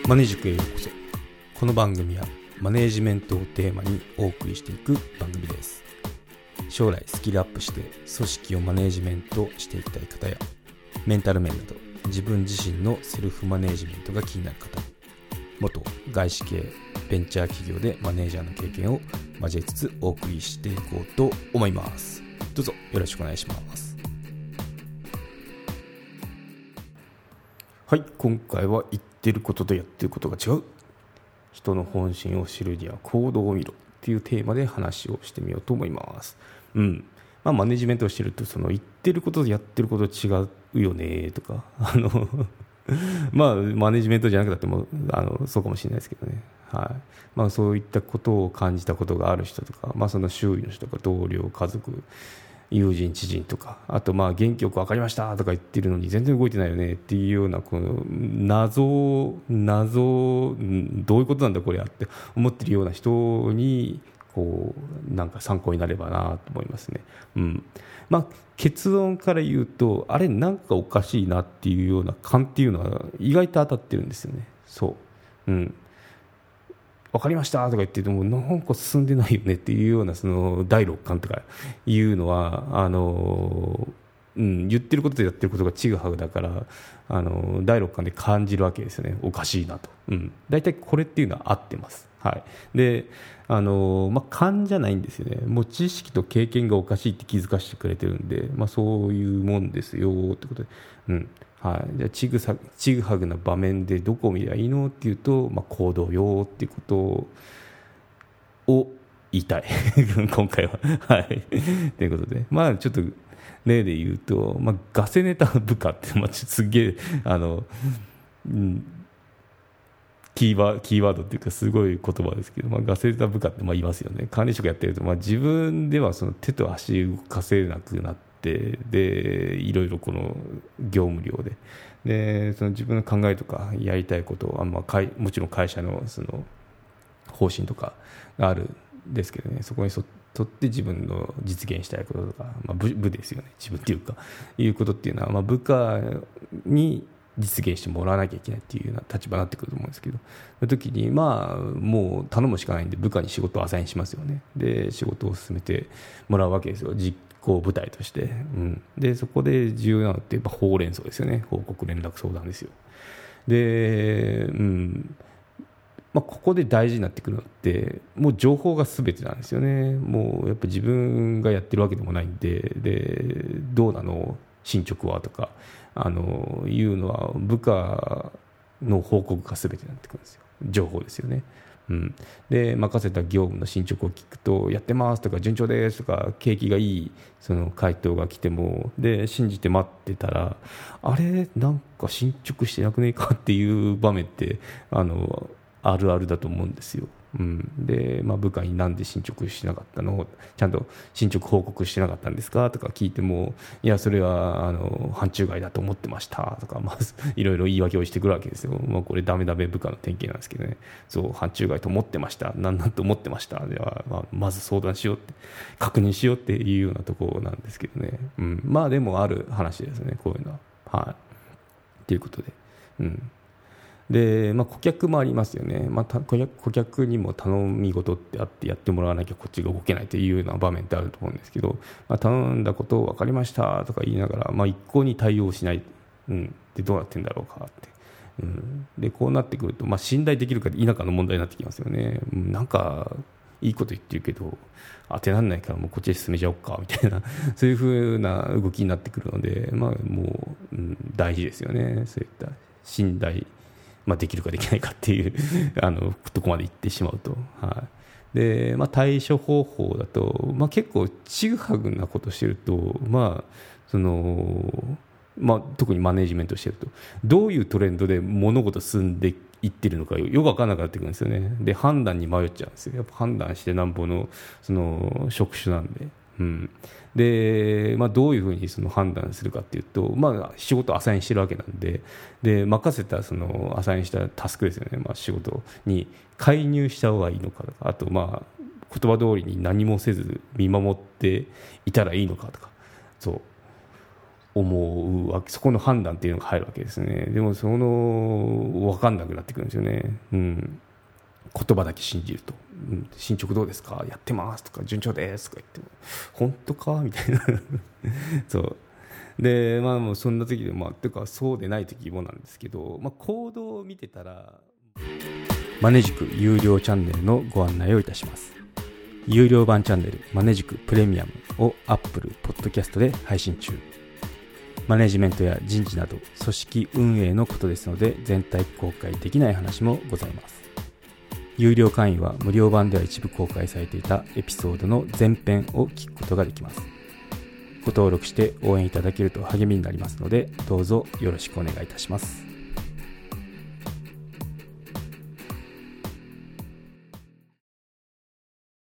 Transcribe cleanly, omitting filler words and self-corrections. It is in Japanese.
マネジクへようこそ。この番組はマネージメントをテーマにお送りしていく番組です。将来スキルアップして組織をマネージメントしていきたい方や、メンタル面など自分自身のセルフマネージメントが気になる方、元外資系ベンチャー企業でマネージャーの経験を交えつつお送りしていこうと思います。どうぞよろしくお願いします。はい、今回は言ってることとやってることが違う、人の本心を知るには行動を見ろっていうテーマで話をしてみようと思います。マネジメントをしてると、その言ってることとやってること違うよねとかマネジメントじゃなくたってもそうかもしれないですけどね、そういったことを感じたことがある人とか、その周囲の人とか同僚、家族、友人、知人とか、あと元気よく分かりましたとか言ってるのに全然動いてないよねっていうような、この謎どういうことなんだこれやって思ってるような人になんか参考になればなと思いますね。結論から言うと、あれなんかおかしいなっていうような感っていうのは意外と当たってるんですよね。分かりましたとか言っててもなんか進んでないよねっていうような、その第六感とかいうのは言ってることとやってることがちぐはぐだから、第六感で感じるわけですよね。おかしいなと。だいたいこれっていうのは合ってます。で勘じゃないんですよね。もう知識と経験がおかしいって気づかせてくれてるんで、そういうもんですよってことで、じゃあちぐはぐな場面でどこを見ればいいのっていうと、行動よっていうことを言いたい今回はということで、ちょっと例で言うと、ガセネタ部下って、すげえキーワードっていうかすごい言葉ですけど、ガセネタ部下って言いますよね。管理職やってると、自分ではその手と足動かせなくなって、でいろいろこの業務量でその自分の考えとかやりたいことをもちろん会社のその方針とかがあるんですけどね、そこに沿って自分の実現したいこととか、部ですよね、自分っていうかいうことっていうのは、部下に実現してもらわなきゃいけないっていうような立場になってくると思うんですけど、その時にもう頼むしかないんで部下に仕事をアサインしますよね。で仕事を進めてもらうわけですよ、実行部隊として。でそこで重要なのってやっぱ報連相ですよね。報告連絡相談ですよ。でここで大事になってくるのってもう情報が全てなんですよね。もうやっぱ自分がやってるわけでもないんで、どうなの進捗はとかいうのは部下の報告が全てになってくるんですよ。情報ですよね。で任せた業務の進捗を聞くと、やってますとか順調ですとか景気がいいその回答が来ても、で信じて待ってたら、あれなんか進捗してなくねえかっていう場面ってあるあるだと思うんですよ。で部下になんで進捗しなかったの、ちゃんと進捗報告してなかったんですかとか聞いても、いやそれは範疇外だと思ってましたとか、いろいろ言い訳をしてくるわけですよ。これダメ部下の典型なんですけどね。そう範疇外と思ってました、なんと思ってましたでは、まず相談しようって、確認しようっていうようなところなんですけどね。でもある話ですね、こういうのは。ということで、で顧客もありますよね。顧客にも頼み事ってあってやってもらわなきゃこっちが動けないというような場面ってあると思うんですけど、頼んだことを分かりましたとか言いながら、一向に対応しない、でどうなってんだろうかって、でこうなってくると、信頼できるか否かの問題になってきますよね。なんかいいこと言ってるけど当てられないからもうこっちで進めちゃおうかみたいなそういう風な動きになってくるので、もう、大事ですよね。そういった信頼できるかできないかっていうとこまで行ってしまうと。で対処方法だと、結構ちぐはぐなことしてると、特にマネジメントしてると、どういうトレンドで物事進んでいってるのかよく分からなくなってくるんですよね。で判断に迷っちゃうんですよ。やっぱ判断してなんぼのその職種なんで。でどういうふうにその判断するかっていうと、仕事をアサインしてるわけなんで、任せたそのアサインしたタスクですよね。仕事に介入した方がいいのかとか、あと言葉通りに何もせず見守っていたらいいのかとか、 思うわけ、そこの判断っていうのが入るわけですね。でも分かんなくなってくるんですよね。言葉だけ信じると、進捗どうですか、やってますとか、順調ですとか言っても、本当かみたいなそうで、もうそんな時でもっていうかそうでない時もなんですけど、行動を見てたらマネ塾有料チャンネルのご案内をいたします。有料版チャンネルマネ塾プレミアムを Apple Podcast で配信中。マネジメントや人事など組織運営のことですので、全体公開できない話もございます。有料会員は無料版では一部公開されていたエピソードの前編を聞くことができます。ご登録して応援いただけると励みになりますので、どうぞよろしくお願いいたします。